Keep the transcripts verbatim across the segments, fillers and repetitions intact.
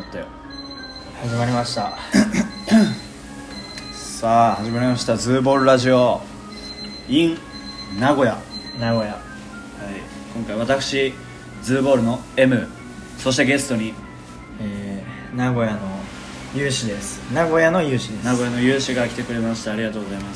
ったよ。 始まりましたさあ始まりましたズーボールラジオ in 名古屋。はい、 名古屋。 今回私ズーボールの M、 そしてゲストに、 えー、名古屋の有志です。名古屋の有志です。 名古屋の有志が来てくれました。ありがとうございます。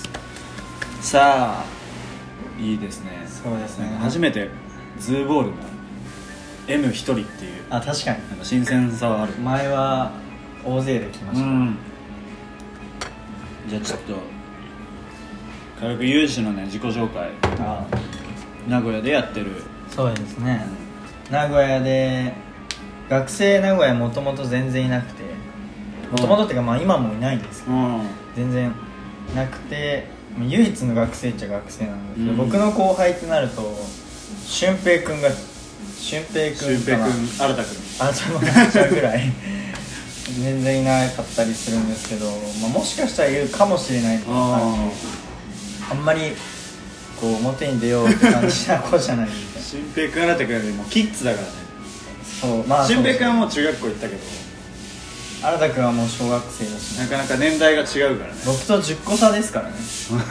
さあいいですね。 そうですね、 初めてズーボールの エムひとりっていう、 あ、確かになんか新鮮さはある。 前は大勢で来ました、 うん、じゃあちょっと軽く有志のね自己紹介。 あ名古屋でやってる。 そうですね、名古屋で学生名古屋もともと全然いなくて、もともとっていうかまあ今もいないんですけど、 うん、 全然なくて、唯一の学生っちゃ学生なんですけど、 うん、 僕の後輩ってなると俊平くんが俊平くんかな、 俊平くん、新田くん、 あ、ちょっと待っちゃうぐらい全然いなかったりするんですけど、まあ、もしかしたらいるかもしれない。ああんまりこう表に出ようって感じな子じゃないみたいな。 俊平くん、新田くんよりもキッズだからね。 そう、まあ、 俊平くんはもう中学校行ったけど、 新田くんはもう小学生だし、ね、 なかなか年代が違うからね。 僕とじゅっこ差ですからね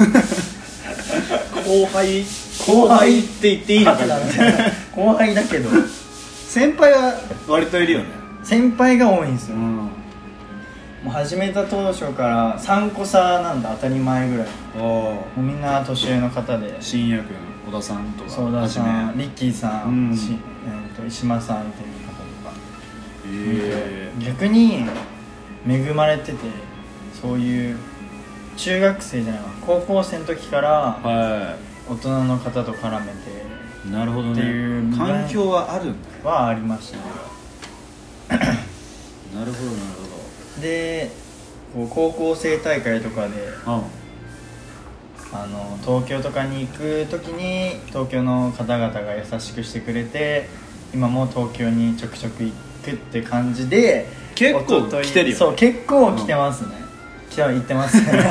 後輩後輩って言っていいのかな後輩だけど先輩は割といるよね。 先輩が多いんですよ、 うん、 もう始めた当初からさんこ差なんだ、当たり前ぐらい。もうみんな年上の方で、 信也くん、小田さんとか、 小田さん、リッキーさん、 うん、 しえー、と石間さんっていう方とか、 えー、 逆に恵まれてて、そういう中学生じゃないわ、高校生の時から大人の方と絡めて、 はい、なるほどね。 っていう環境はあるんだ。 はありましたねなるほどなるほど。 でこう高校生大会とかで、 うん、 あの東京とかに行く時に東京の方々が優しくしてくれて、今も東京にちょくちょく行くって感じで、 結構来てるよね。 そう、結構来てますね、来ては行ってますね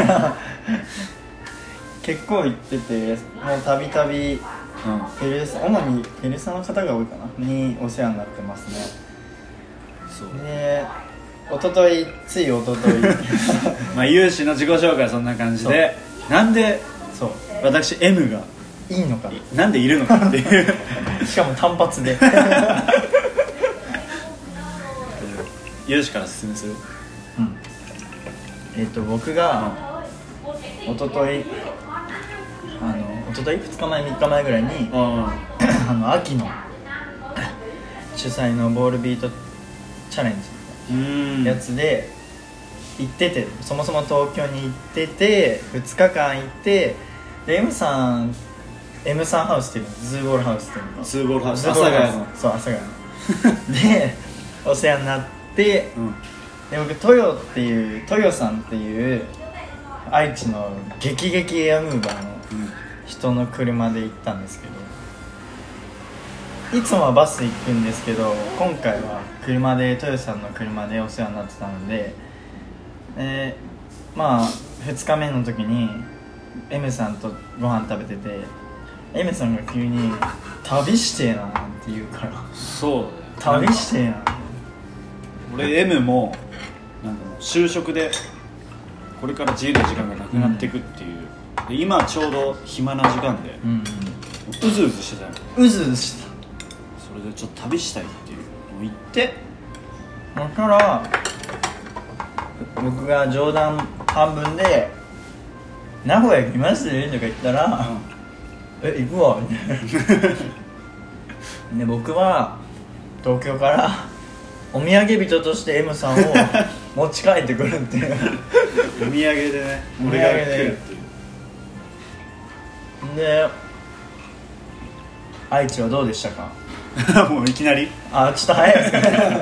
結構行ってて、もうたびたびペルサ、主にペルサの方が多いかなにお世話になってますね。 そうで、おととい、ついおとといまあ有志の自己紹介はそんな感じで、なんでそう私 M がいいのかなんでいるのかっていうしかも単発で有志から説明する。 うん、えっ、ー、と僕がおととい、あのおとといふつかまえみっかまえぐらいにあの秋の主催のボールビートチャレンジのやつで行ってて、そもそも東京に行っててふつかかん行って、で M さん M さんハウスっていうの、ズーボールハウスっていうの、 ズーボールハウス、 阿佐ヶ谷の、そう、阿佐ヶ谷のでお世話になって、うん、で僕トヨっていうトヨさんっていう愛知の激激エアムーバーの人の車で行ったんですけど、いつもはバス行くんですけど、今回は車で、トヨさんの車でお世話になってたので、えー、まあふつかめの時に M さんとご飯食べてて、 M さんが急に旅してえななんて言うから、 そう旅してえな、 俺 M もなんか就職でこれから自由な時間がなくなっていくっていう、うん、で今ちょうど暇な時間で、うんうん、うずうずしてたよ。 うずうずしてた。 それでちょっと旅したいっていうのを言って、 だから僕が冗談半分で名古屋行きますとか言ったら、うん、え、行くわみたいなで僕は東京からお土産人として M さんを持ち帰ってくるっていうお土産でね、俺が来るっていうで、愛知はどうでしたかもういきなり、 あ、ちょっと早いですね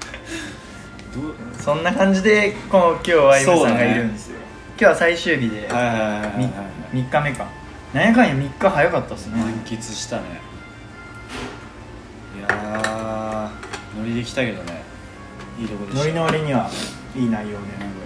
そんな感じで今日は M さんがいるんですよ、ね、今日は最終日でみっかめか、なんやかんやみっか早かったですね。 満喫したね。いやー、ノリで来たけどね、いいとこでした。 ノリの割にはいい内容で、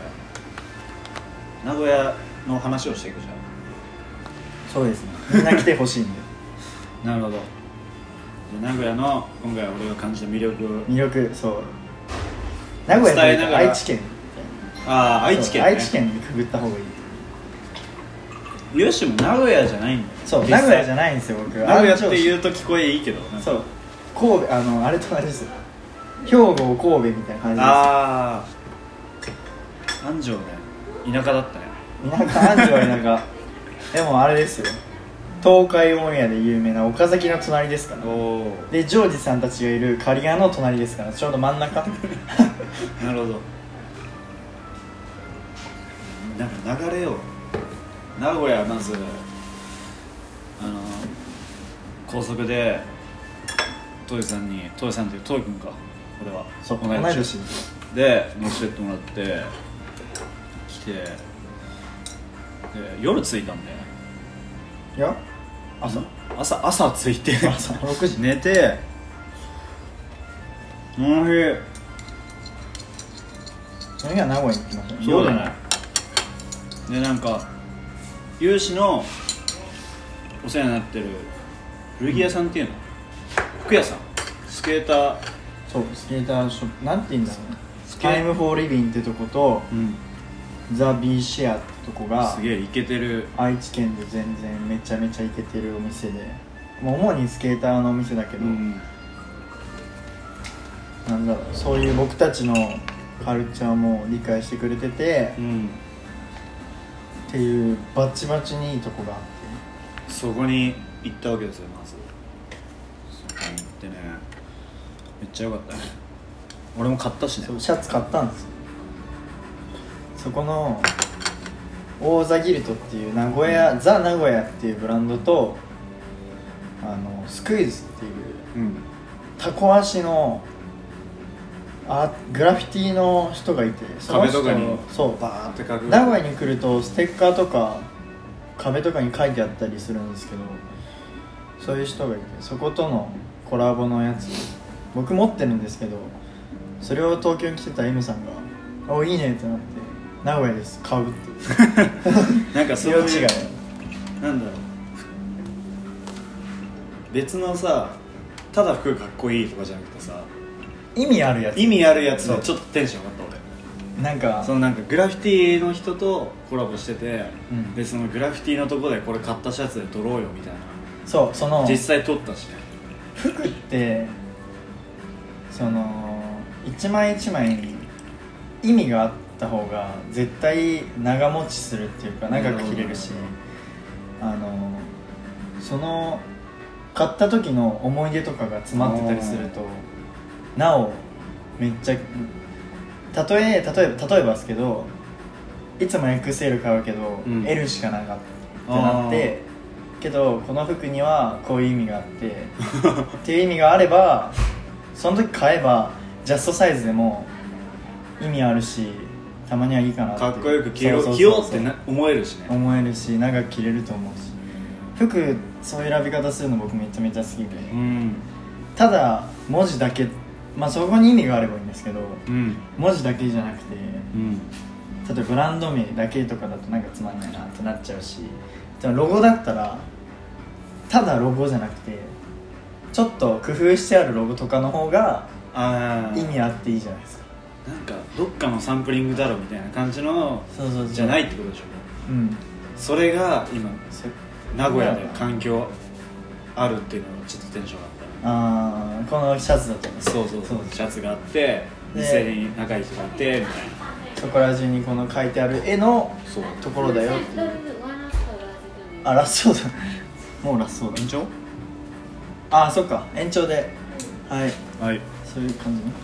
名古屋名古屋の話をしていくじゃん。 そうですね、みんな来てほしいんでなるほど。名古屋の今回俺が感じた魅力を魅力、そう名古屋というか伝えながら愛知県ああ愛知県、ね、 愛知県でくぐった方がいい。 よしも名古屋じゃないんだよ。 そう名古屋じゃないんですよ僕。 名古屋って言うと聞こえいいけどそう神戸あのあれと同じですよ。兵庫神戸みたいな感じです。 ああ安城ね田舎だったね。 田舎安城は田舎でもあれですよ東海オンエアで有名な岡崎の隣ですから。 おでジョージさんたちがいる刈谷の隣ですからちょうど真ん中なるほど。なんか流れを名古屋まずあの高速でトイさんにトイさんっていうトイ君か俺はそう同い同い年で乗せてってもらって来てで夜着いたんだよね。 いや朝朝朝着いて朝ろくじ寝ておいしい。 それが名古屋に行きましたね。 そうだね。でなんか有志のお世話になってる古着屋さんっていうの、服屋さん、スケーター、 そうスケーターショップなんて言うんだろうね。 スケタイムフォーリビンってとこと、 うん、 ザ・ビーシェアってとこがすげえイケてる愛知県で全然めちゃめちゃイケてるお店で、もう主にスケーターのお店だけど、うん、なんだろうそういう僕たちのカルチャーも理解してくれてて、うん、っていうバチバチにいいとこがあってそこに行ったわけですよ。まずそこに行ってねめっちゃ良かったね。俺も買ったしね。 そうシャツ買ったんですよ。そこのオーザギルトっていう名古屋、うん、ザ・名古屋っていうブランドとあのスクイズっていう、うん、タコ足のあグラフィティの人がいて、 壁とかにそうバーって書く。 名古屋に来るとステッカーとか壁とかに書いてあったりするんですけど、そういう人がいてそことのコラボのやつ僕持ってるんですけど、それを東京に来てた M さんが「おいいね」ってなって「名古屋です買う」ってなんかそういう色違いなんだろう別のさただ服かっこいいとかじゃなくてさ意味あるやつ意味あるやつでちょっとテンション上がった俺。 なんかそのなんかグラフィティの人とコラボしてて、うん、でそのグラフィティのとこでこれ買ったシャツで撮ろうよみたいな。 そうその実際撮ったしね。 服ってその一枚一枚に意味があった方が絶対長持ちするっていうか長く着れるし、あのその買った時の思い出とかが詰まってたりするとなおめっちゃ例え例えば例えばですけどいつも エックスエル 買うけど、うん、L しかなかったってなってけどこの服にはこういう意味があってっていう意味があればその時買えばジャストサイズでも意味あるしたまにはいいかなってかっこよく着ようってな思えるしね。 思えるし長く着れると思うし服そういう選び方するの僕めちゃめちゃ好きで、うん、ただ文字だけまあそこに意味があればいいんですけど、うん、文字だけじゃなくて、うん、例えばブランド名だけとかだとなんかつまんないなってなっちゃうし、でもロゴだったらただロゴじゃなくてちょっと工夫してあるロゴとかの方が意味あっていいじゃないですか。 なんかどっかのサンプリングだろみたいな感じのそうそうそうじゃないってことでしょ。うん、それが今名古屋で環境あるっていうのがちょっとテンション上がった。 あーこのシャツだとねそうそうそうシャツがあって店に仲いい人がいてみたいなそこら中にこの書いてある絵のところだよっていう。あラストだもうラストだ。 延長あそっか延長ではいはいそういう感じね。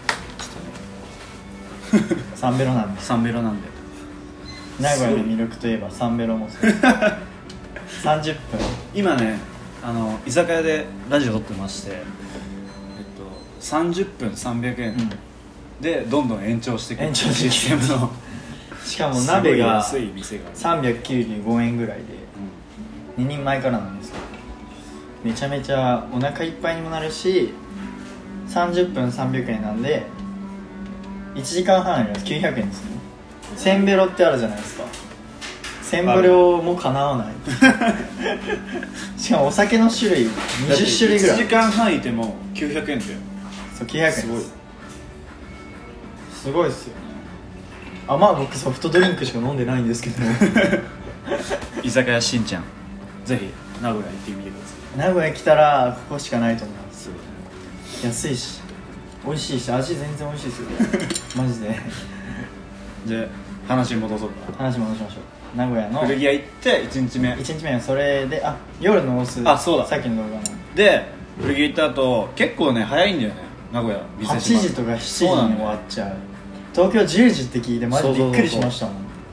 ちょっとねサンベロなんでサンベロなんで名古屋の魅力といえばサンベロもそうさんじゅっぷん今ねあの居酒屋でラジオ撮ってまして、えっと、さんじゅっぷんさんびゃくえん、うん、でどんどん延長していく延長システムのしかも鍋がさんびゃくきゅうじゅうごえんぐらいで、うん、ににんまえからなんですけどめちゃめちゃお腹いっぱいにもなるしさんじゅっぷんさんびゃくえんなんでいちじかんはんありますきゅうひゃくえんですね。せんベロってあるじゃないですか。せんベロもかなわないしかもお酒の種類にじゅっしゅるいぐらいいちじかんはんいてもきゅうひゃくえんってそうきゅうひゃくえんですすすごいっすよね。あ、まあ僕ソフトドリンクしか飲んでないんですけど居酒屋しんちゃん、ぜひ名古屋行ってみてくださ名古屋来たらここしかないと思います。 い。 安いし美味しいし味全然美味しいですよマジで。 で話に戻そうか。 話戻しましょう。名古屋の古着屋行っていちにちめいちにちめはそれで、あ、夜の大須、 あ、そうだ、 さっきの動画ので古着屋行った後結構ね早いんだよね名古屋。 はちじとかしちじに終わっちゃう。東京じゅうじって聞いてマジびっくりしましたもん。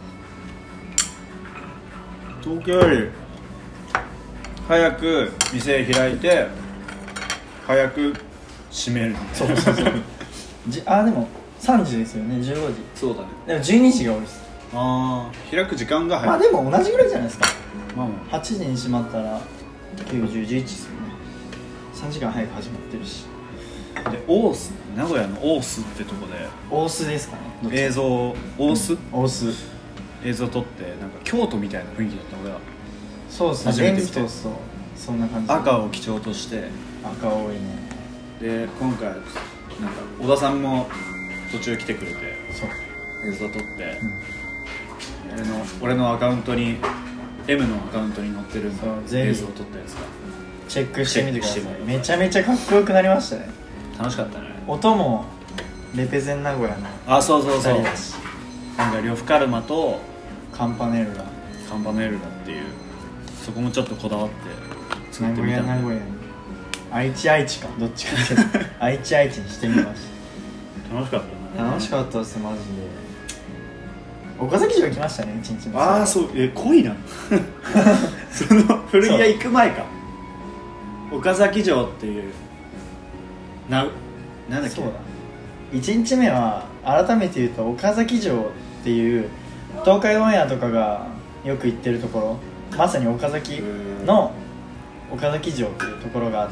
東京より早く店開いて早く閉めるみたいな。 そうそうそうじあ、でもさんじですよね、じゅうごじ。 そうだね。 でもじゅうにじが多いです。 ああ、開く時間が早い。 まあでも同じぐらいじゃないですか。 まあまはちじに閉まったらきゅう、じゅう、じゅういちですよね。さんじかん早く始まってるし。 あで大須、名古屋の大須ってとこで大須ですかね。 映像、大須、 うん、大須映像撮ってなんか京都みたいな雰囲気だった俺は。 そうですね、 初めて来て電気通すとそんな感じ。 赤を基調として赤多いね。 で今回なんか小田さんも途中来てくれてそう映像撮って、 うん、 俺の俺のアカウントに M のアカウントに載ってるんでそうぜひ映像撮ったやつがチェックしてみてください。 チェックしてみてめちゃめちゃかっこよくなりましたね。 楽しかったね。 音もレペゼン名古屋のあ、そうそうそう、 ふたりだし、 なんか呂布カルマとカンパネルラ、 カンパネルラっていうそこもちょっとこだわって作って名古屋みた名古屋に愛知愛知かどっちかっていうと愛知愛知にしてみまし楽しかったた。 ね。 楽しかったですマジで。岡崎城行きましたね、一日目。 ああ、そう、え、濃いなその古着屋行く前か。岡崎城っていうな、なんだっけ。 そうだ、いちにちめは改めて言うと岡崎城っていう東海オンエアとかがよく行ってるところ、まさに岡崎の岡崎城っていうところがあって、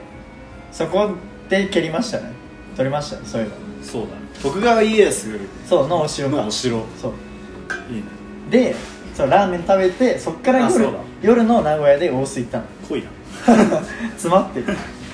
そこで蹴りましたね、撮りましたね、そういえば。 そうだね、徳川家康そうのお城かのお城。 そういいね。 で、そうラーメン食べて、そっから夜夜の名古屋で大須行ったの。 濃いな詰まってる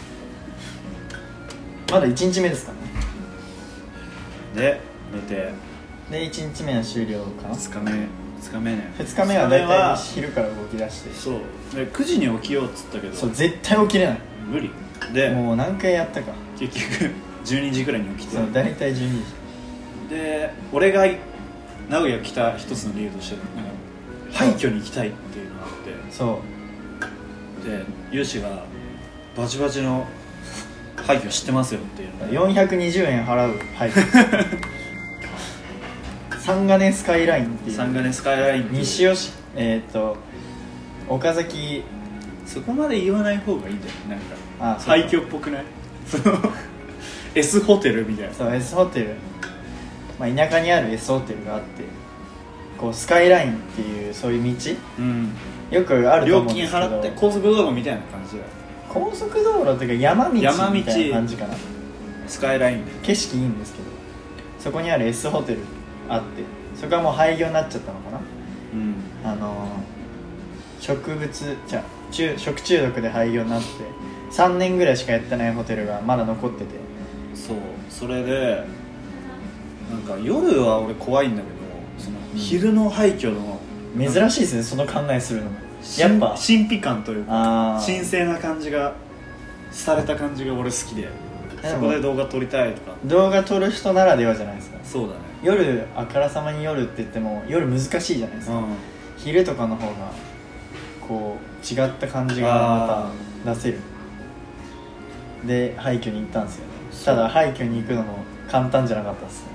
まだいちにちめですかね。 で寝てでいちにちめは終了かな。 ふつかめふつかめねふつかめは大体昼から動き出して、 そうでくじに起きようっつったけどそう絶対起きれない。 無理でもう何回やったか。 結局じゅうにじぐらいに起きて、 そう大体じゅうにじ。 で俺が名古屋来た一つの理由としてなんか廃墟に行きたいっていうのがあって、 そうでユウシがバチバチの廃墟知ってますよっていうのでよんひゃくにじゅうえん払う廃墟三金スカイラインっていう三金スカイラインっていう西尾市、えっ、ー、と岡崎、 そこまで言わない方がいいんだよなんかあそう廃墟っぽくないその S ホテルみたいな。 そう S ホテル、まあ、田舎にある S ホテルがあって、こうスカイラインっていうそういう道、 うん、 よくあると料思うんですけど、 金払って高速道路みたいな感じだよ。 高速道路っていうか山道み山道たいな感じかな。 スカイラインで景色いいんですけど、そこにある S ホテルあって、そこはもう廃業になっちゃったのかな。 うんあのー、植物じゃ中食中毒で廃業になってさんねんぐらいしかやってないホテルがまだ残ってて、 そうそれでなんか夜は俺怖いんだけど、その昼の廃墟の珍しいですね、その考えするのも。やっぱ神秘感というかあ神聖な感じがされた感じが俺好きで、そこで動画撮りたいとか。 動画撮る人ならではじゃないですか。 そうだね、 夜あからさまに夜って言っても夜難しいじゃないですか、 うん、 昼とかの方がこう違った感じがまた出せる。で廃墟に行ったんですよね。ただ廃墟に行くのも簡単じゃなかったです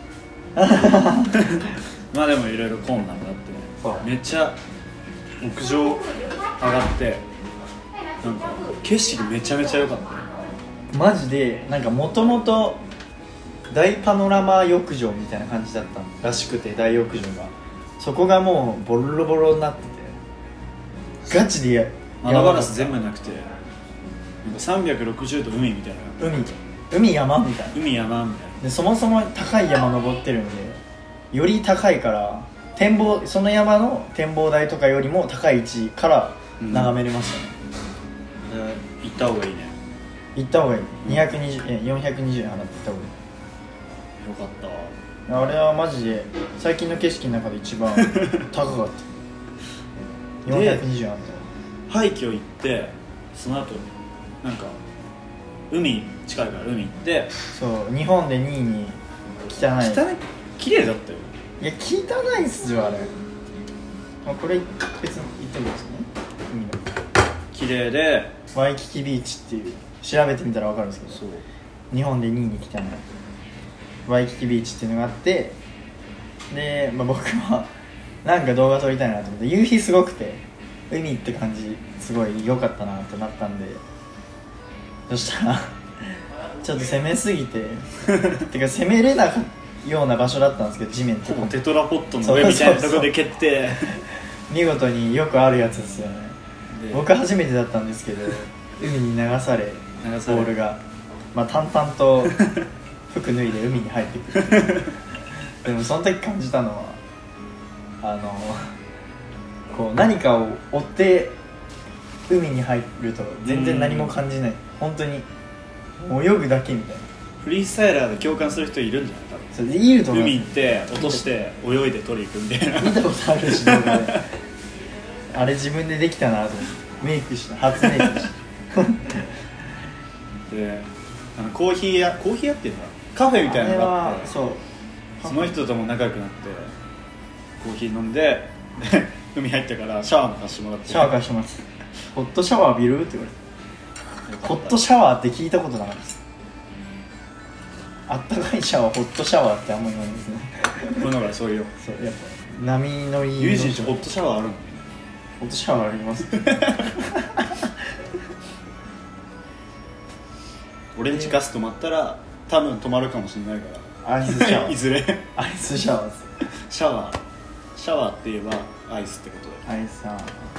ねまあでもいろいろ困難があってね、 そうめっちゃ屋上上がってなんか景色めちゃめちゃ良かったね。 マジでなんかもともと大パノラマ浴場みたいな感じだったらしくて、大浴場がそこがもうボロボロになってて、ガチでや窓ガラス全部なくて、なんかさんびゃくろくじゅうど海みたいな、 海海山みたいな。 海山みたいな。 でそもそも高い山登ってるんで、より高いから展望、その山の展望台とかよりも高い位置から眺めれましたね、 うん、で行った方がいいね。 行った方がいい。にひゃくにじゅうえんよんひゃくにじゅうえん払って行った方がいい。 かったわ。 あれはマジで最近の景色の中で一番高かったよんひゃくにじゅうあった廃墟行って、その後なんか海近いから海行って、 そう日本でにいに汚い汚い綺麗だったよ。 いや汚いっすよあれ。まあ、これ別に言ってもいいですね。海の綺麗でワイキキビーチっていう調べてみたら分かるんですけど、 そう日本でにいに汚いワイキキビーチっていうのがあって、で、まあ、僕はなんか動画撮りたいなと思って、夕日すごくて海って感じすごい良かったなとなったんで、そしたらちょっと攻めすぎててか攻めれなかったような場所だったんですけど、地面ってテトラポットの上みたいなところで蹴って見事によくあるやつですよね。僕初めてだったんですけど海に流されボールが、まあ、淡々と服脱いで海に入ってくるでもその時感じたのはあのこう何かを追って海に入ると全然何も感じない、本当に泳ぐだけみたいな。 フリースタイラーで共感する人いるんじゃない？多分それでいると思います。 海行って落として泳いで取り行くみたいな見たことあるし動画であれ自分でできたなと思ってメイクした初メイクしたであのコーヒー屋コーヒー屋っていうのはカフェみたいなのがあって、 そうその人とも仲良くなってコーヒー飲んでで海入ってからシャワーも貸してもらって、 シャワー貸してます。ホットシャワー浴びるって言われて、ホットシャワーって聞いたことなかったです。あったかいシャワーホットシャワーってあんまり言わないですねこれだからそういうそうやっぱ波のいいユージンちホットシャワーあるの？ ホットシャワーあります俺んちガス止まったら多分止まるかもしれないからアイスシャワーいずれアイスシャワーです。 シャワーシャワーって言えばアイスってことで、 アイスさ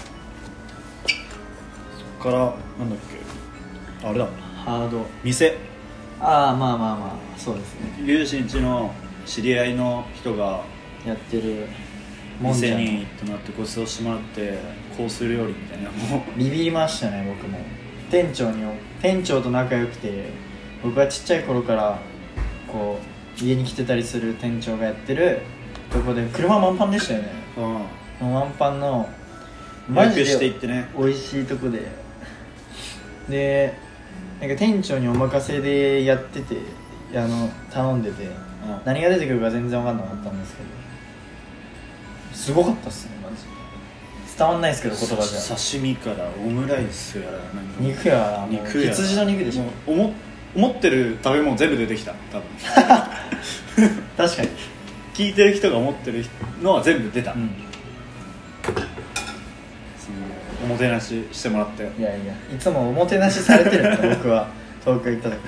そっからなんだっけあれだハード店、 ああまあまあまあそうですね。 ユージンちの知り合いの人がやってるもんじゃ店に行ってもらってご馳走してもらってコース料理みたいなもうビビりましたね。僕も店長に店長と仲良くて、僕はちっちゃい頃からこう家に来てたりする店長がやってるとこで車満帆でしたよね。 うん、 満帆のマジで美味しいとこで、でなんか店長にお任せでやっててあの頼んでて、うん、何が出てくるか全然分かんなかったんですけどすごかったっすねマジで。伝わんないですけど言葉じゃ。 刺身からオムライスやら肉やもう肉や羊の肉でしょ。 思, 思ってる食べ物全部出てきた多分確かに聞いてる人が思ってるのは全部出た、うん、そのおもてなししてもらっていやいやいつもおもてなしされてるんだ僕は東京行った時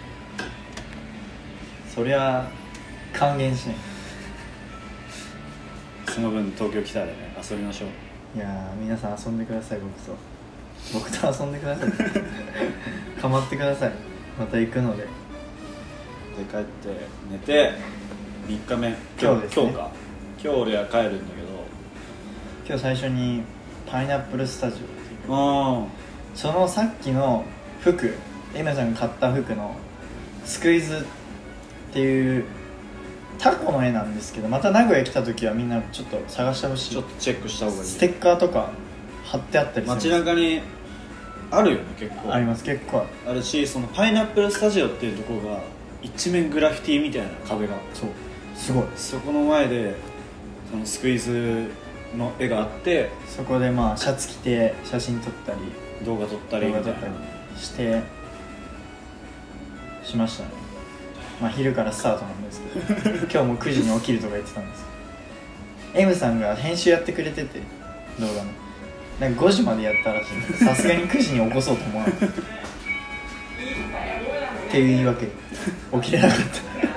そりゃ還元しない。 その分東京来たらね遊びましょう。 いや皆さん遊んでください。僕と僕と遊んでくださいかまってください。また行くので。で帰って寝てみっかめ今日ですね。 今日か今日俺は帰るんだけど、 今日最初にパイナップルスタジオっていう、 あそのさっきの服エマさんが買った服のスクイズっていうタコの絵なんですけど、また名古屋来た時はみんなちょっと探してほしい。 ちょっとチェックした方がいい。 ステッカーとか貼ってあったりする。 街中にあるよね結構。 あります結構あるし、そのパイナップルスタジオっていうところが一面グラフィティみたいな壁が、 そうすごい。 そこの前でそのスクイズの絵があって、 そこでまあシャツ着て写真撮ったり動画撮ったり動画撮ったりしてしましたね。まあ昼からスタートなんですけど今日もくじに起きるとか言ってたんですけど M さんが編集やってくれてて動画のなんかごじまでやったらしい。さすがにくじに起こそうと思わないっていう言い訳起きれなかった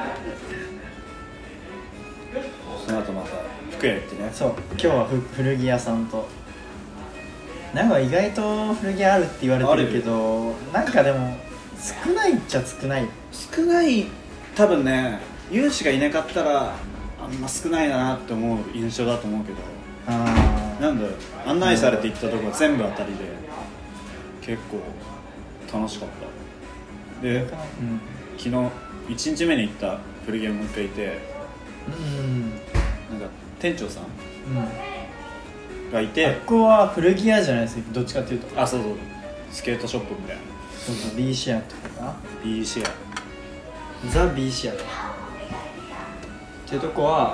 その後また服屋行ってね。 そう今日はふ古着屋さんと、なんか意外と古着屋あるって言われてるけど、なんかでも少ないっちゃ少ない。 少ない多分ね、有志がいなかったらあんま少ないなって思う印象だと思うけど、 あなんだろう、案内されて行ったところ全部当たりで結構楽しかったで、うん、昨日いちにちめに行った古着屋もう一回いて、 うん、 なんか店長さん、 うん、 がいて、 ここは古着屋じゃないですか、どっちかっていうと。 あ、そうそう、スケートショップみたいな。 そうそう、 B シェアとか B シェア、 ザ・ B シェアっていうとこは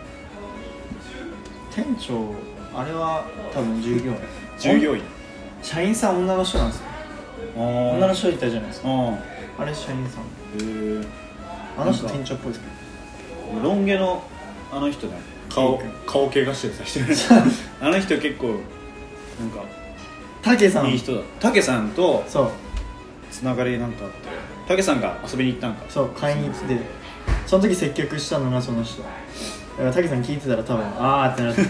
店長、あれは多分従業員従業員社員さん女の人なんですよ。女の人いたじゃないですか。あれ社員さん。へえ。あの人店長っぽいですけど。ロン毛のあの人ね、顔顔怪我してた人あの人結構なんかタケさんいい人だ。タケさんとそうつながりなんかあって、タケさんが遊びに行ったんか。 そう買いに行って、その時接客したのがその人だからタケさん聞いてたら多分あーってなって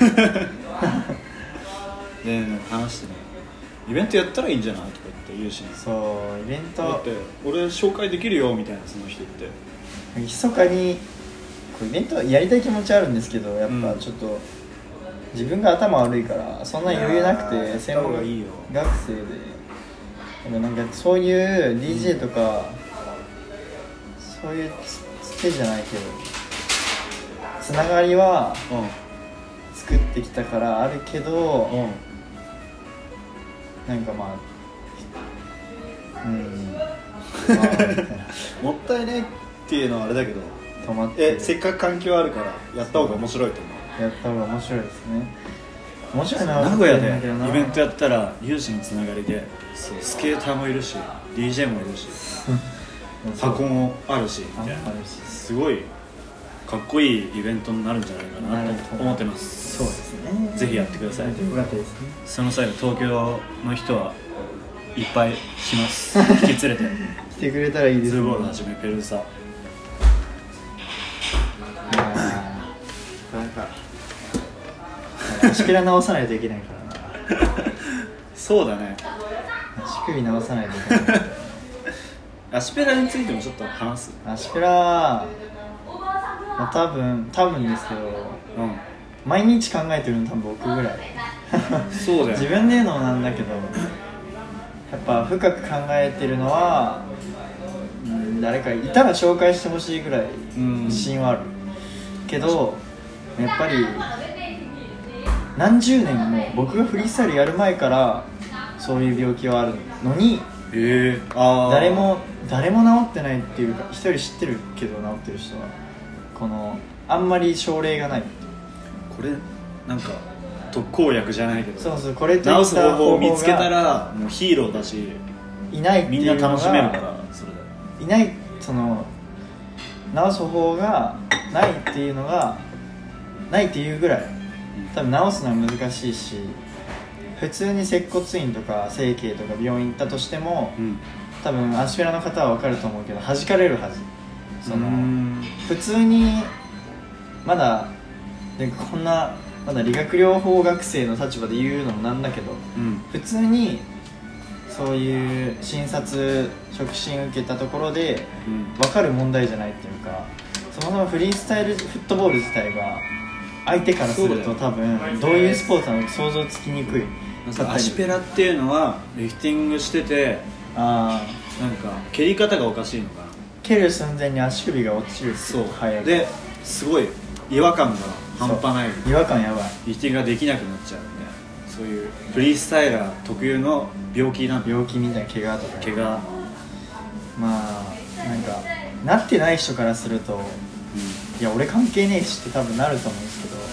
で話してね、イベントやったらいいんじゃないとか言って言うし、ね、 そうイベントだって俺紹介できるよみたいな、その人って密かにこうイベントやりたい気持ちあるんですけど、やっぱちょっと、うん、自分が頭悪いからそんな余裕なくて、専門学生ででもなんかそういう ディージェー とか、うん、そういうつてじゃないけどつながりは作ってきたからあるけど、うん、なんかまあうんまあもったいないっていうのはあれだけど、止まってえせっかく環境あるからやった方が面白いと思う。 やった方が面白いですね。面白いな。 名古屋でイベントやったら有志のつながりで、そうスケーターもいるし ディージェー もいるし箱もあるしみたいな、すごいかっこいいイベントになるんじゃないかなと思ってます。 そうですね、 ぜひやってください。 よかったですね。 その際の東京の人はいっぱい来ます引き連れて来てくれたらいいですね。 ズーボールはじめペルーサ、 なんか足首直さないといけないからなそうだね、 足首直さないといけない足ペラについてもちょっと話す。 足ペラ、まあ、多分多分ですけど、うん、毎日考えてるの多分僕ぐらいそうだよ、ね、 自分で言うのもなんだけど、やっぱ深く考えてるのは、うん、誰かいたら紹介してほしいぐらい自信はある、うん、けどやっぱり何十年も僕がフリースタイルやる前からそういう病気はあるのに、 えー、あ誰も誰も治ってないっていうか、一人知ってるけど治ってる人はこのあんまり症例がない。 これなんか特効薬じゃないけど、 そうそう、これと治す方法を見つけたらもうヒーローだし、 いないっていうのがみんな楽しめるから、それでいない、その治す方法がないっていうのがないっていうぐらい、多分治すのは難しいし、普通に接骨院とか整形とか病院行ったとしても、うん、多分足ペラの方は分かると思うけど弾かれるはず。その普通にまだでこんなまだ理学療法学生の立場で言うのもなんだけど、うん、普通にそういう診察触診受けたところで分かる問題じゃないっていうか、そもそもフリースタイルフットボール自体が相手からすると多分どういうスポーツなのか想像つきにくい。 足ペラっていうのはリフティングしてて、あなんか蹴り方がおかしいのかな、 蹴る寸前に足首が落ちる。 そう早いですごい違和感が半端ない、 違和感やばい、 リフティングができなくなっちゃうみたいな、そういうフリースタイラー特有の病気なんだ。 病気みたいな怪我とか怪我、 まあなんかなってない人からすると、うん、いや俺関係ねえしって多分なると思うんですけど、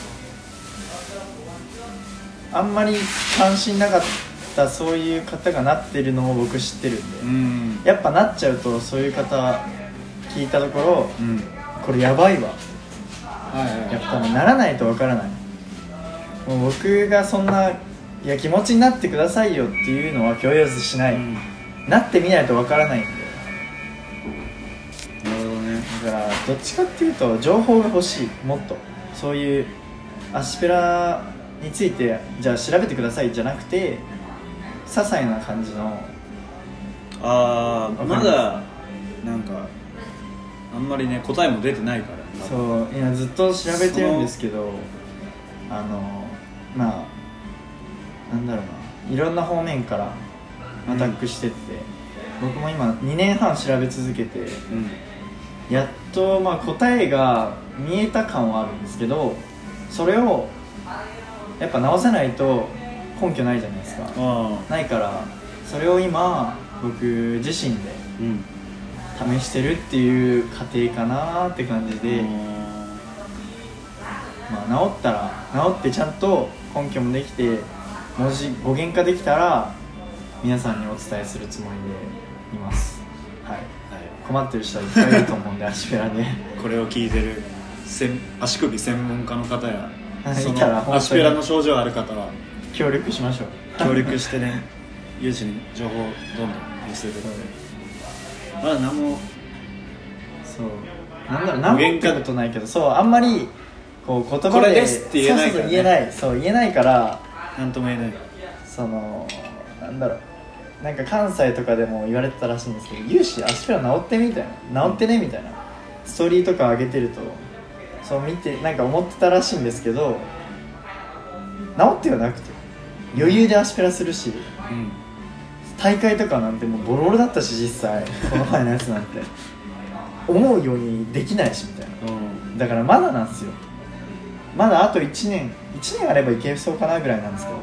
あんまり関心なかったそういう方がなってるのを僕知ってるんで、うん、やっぱなっちゃうとそういう方聞いたところ、うん、これやばいわ、はいはいはい、やっぱならないとわからない。もう僕がそんないや気持ちになってくださいよっていうのは許容しない、うん、なってみないとわからないんで。 なるほどね。 だからどっちかっていうと情報が欲しい、もっとそういう足ペラについてじゃあ調べてくださいじゃなくて、些細な感じの、 ああまだなんかあんまりね答えも出てないから、 そう今ずっと調べてるんですけど、あのまあなんだろうな、いろんな方面からアタックしてって、うん、僕も今にねんはん調べ続けて、うん、 やっとまあ答えが見えた感はあるんですけど、それをやっぱ直せないと根拠ないじゃないですか。ないから、それを今僕自身で試してるっていう過程かなって感じで、まあ、治ったら治ってちゃんと根拠もできて文字語源化できたら皆さんにお伝えするつもりでいます。はい、はい、困ってる人はいっぱいいると思うんで足ペラでこれを聞いてる足首専門家の方やそいたらの足ペラの症状ある方は協力しましょう。 協力してね有志に情報をどんどん寄せる。まあ何もそうなんだろう、何も言ったことないけど、そうあんまりこう言葉でこれですって言えないから、ね、 そうそう言えないそう言えないからなんとも言えない。 そのなんだろう、なんか関西とかでも言われてたらしいんですけど、有志足ペラ治ってみたいな治ってねみたいなストーリーとか上げてるとそう見てなんか思ってたらしいんですけど、治ってはなくて余裕で足ペラするし、うん、大会とかなんてもうボロボロだったし実際この前のやつなんて思うようにできないしみたいな、うん、だからまだなんですよ。まだあといちねんいちねんあればいけそうかなぐらいなんですけど、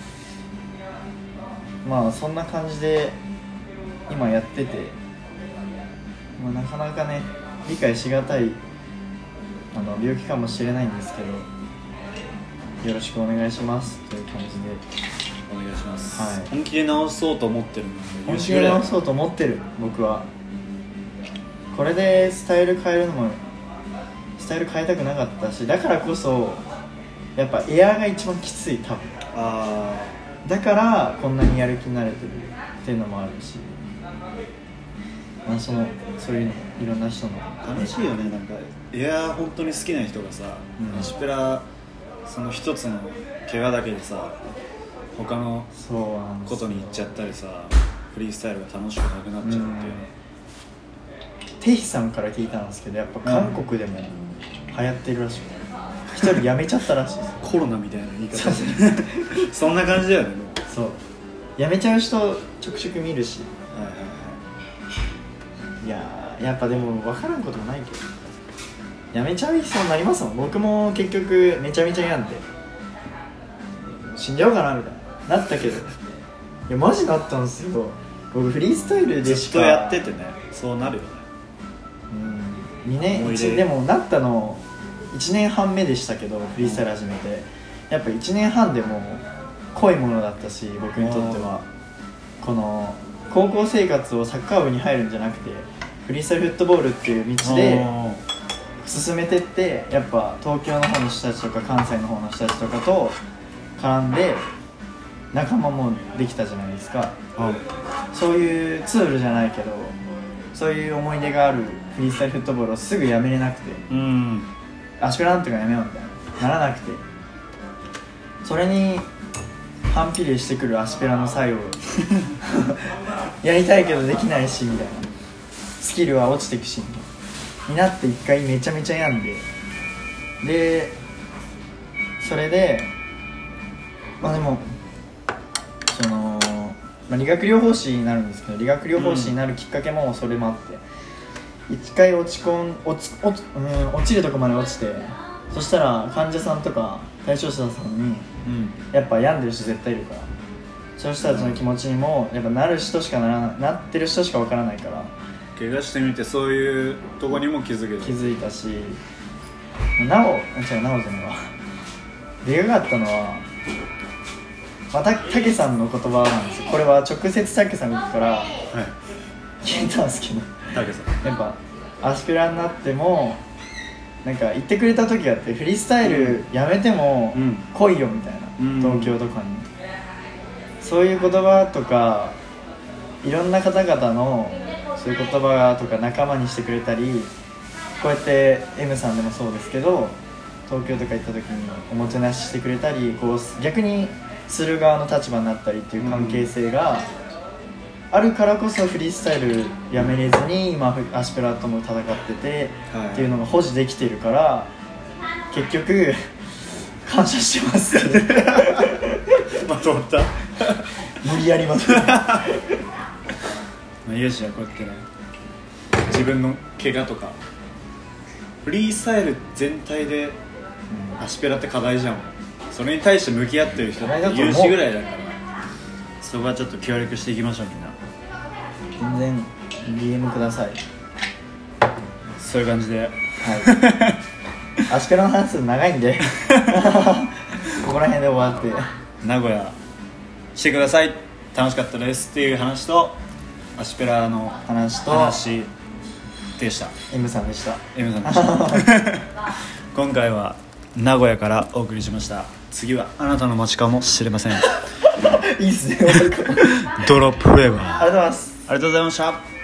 まあそんな感じで今やってて、まあ、なかなかね理解しがたいあの病気かもしれないんですけど、よろしくお願いしますという感じでお願いします、 はい、 本気で治そうと思ってるの本気で治そうと思ってる。僕はこれでスタイル変えるのもスタイル変えたくなかったし、だからこそやっぱエアーが一番きつい多分。あだからこんなにやる気になれてるっていうのもあるし、まあ、そのそういうのいろんな人の楽しいよね。なんかエアー本当に好きな人がさ、うん、足ペラその一つの怪我だけでさ他のことに行っちゃったりさ、フリースタイルが楽しくなくなっちゃうっていうの、うん、 テヒさんから聞いたんですけど、やっぱ韓国でも流行ってるらしくて一人辞めちゃったらしいですコロナみたいな言い方ですねそんな感じだよね。もうそう辞めちゃう人ちょくちょく見るし、はいはいはい、いややっぱでも分からんこともないけど辞めちゃう人になりますもん。僕も結局めちゃめちゃ病んで死んじゃおうかなみたいななったけど、いやマジなったんですよ。僕フリースタイルでしかずっとやっててね、そうなるよね。 うんにねんでもなったのいちねんはんめでしたけど、フリースタイル始めてやっぱいちねんはんでも濃いものだったし、僕にとってはこの高校生活をサッカー部に入るんじゃなくてフリースタイルフットボールっていう道で進めてって、やっぱ東京の方の人たちとか関西の方の人たちとかと絡んで仲間もできたじゃないですか、うん、そういうツールじゃないけどそういう思い出があるフリースタイルフットボールをすぐやめれなくて、うん、足ペラなんとかやめようみたいなならなくて、それに反比例してくる足ペラの作用やりたいけどできないしみたいな、スキルは落ちてくしみたいなになって一回めちゃめちゃ病んで、でそれでまあでもその、まあ、理学療法士になるんですけど、理学療法士になるきっかけもそれもあって、うん、一回落ち込ん落ち、落ち、うん、落ちるとこまで落ちて、そしたら患者さんとか対象者さんに、うん、やっぱ病んでる人絶対いるから、そういう人たちの気持ちにもやっぱなる人しかならない、なってる人しかわからないから、 怪我してみてそういうとこにも気づけた気づいたし、なお違うなおじゃないわでかかったのは、またたけさんの言葉なんですよ。これは直接たけさんから聞いたんですけど、 たけさんやっぱアスペラになってもなんか言ってくれた時があって、フリースタイルやめても来いよみたいな、うん、東京とかに、そういう言葉とかいろんな方々のそういう言葉とか仲間にしてくれたり、こうやって M さんでもそうですけど東京とか行った時におもてなししてくれたり、こう逆にする側の立場になったりっていう関係性があるからこそフリースタイルやめれずに今アシペラとも戦っててっていうのが保持できてるから、結局感謝してますまとまった無理やりまとまったまあ、ユージはこうやってね自分の怪我とかフリースタイル全体でアシペラって課題じゃん。それに対して向き合ってる人って有志ぐらいだから、そこはちょっと協力していきましょう。みんな全然 ディーエム ください。 そういう感じで、はいアシペラの話する長いんでここら辺で終わって名古屋してください、楽しかったですっていう話とアシペラの話と話でした。 M さんでした M さんでした今回は名古屋からお送りしました。次はあなたの街かもしれませんいいっすねドロップフレーバー、 ありがとうございます。 ありがとうございました。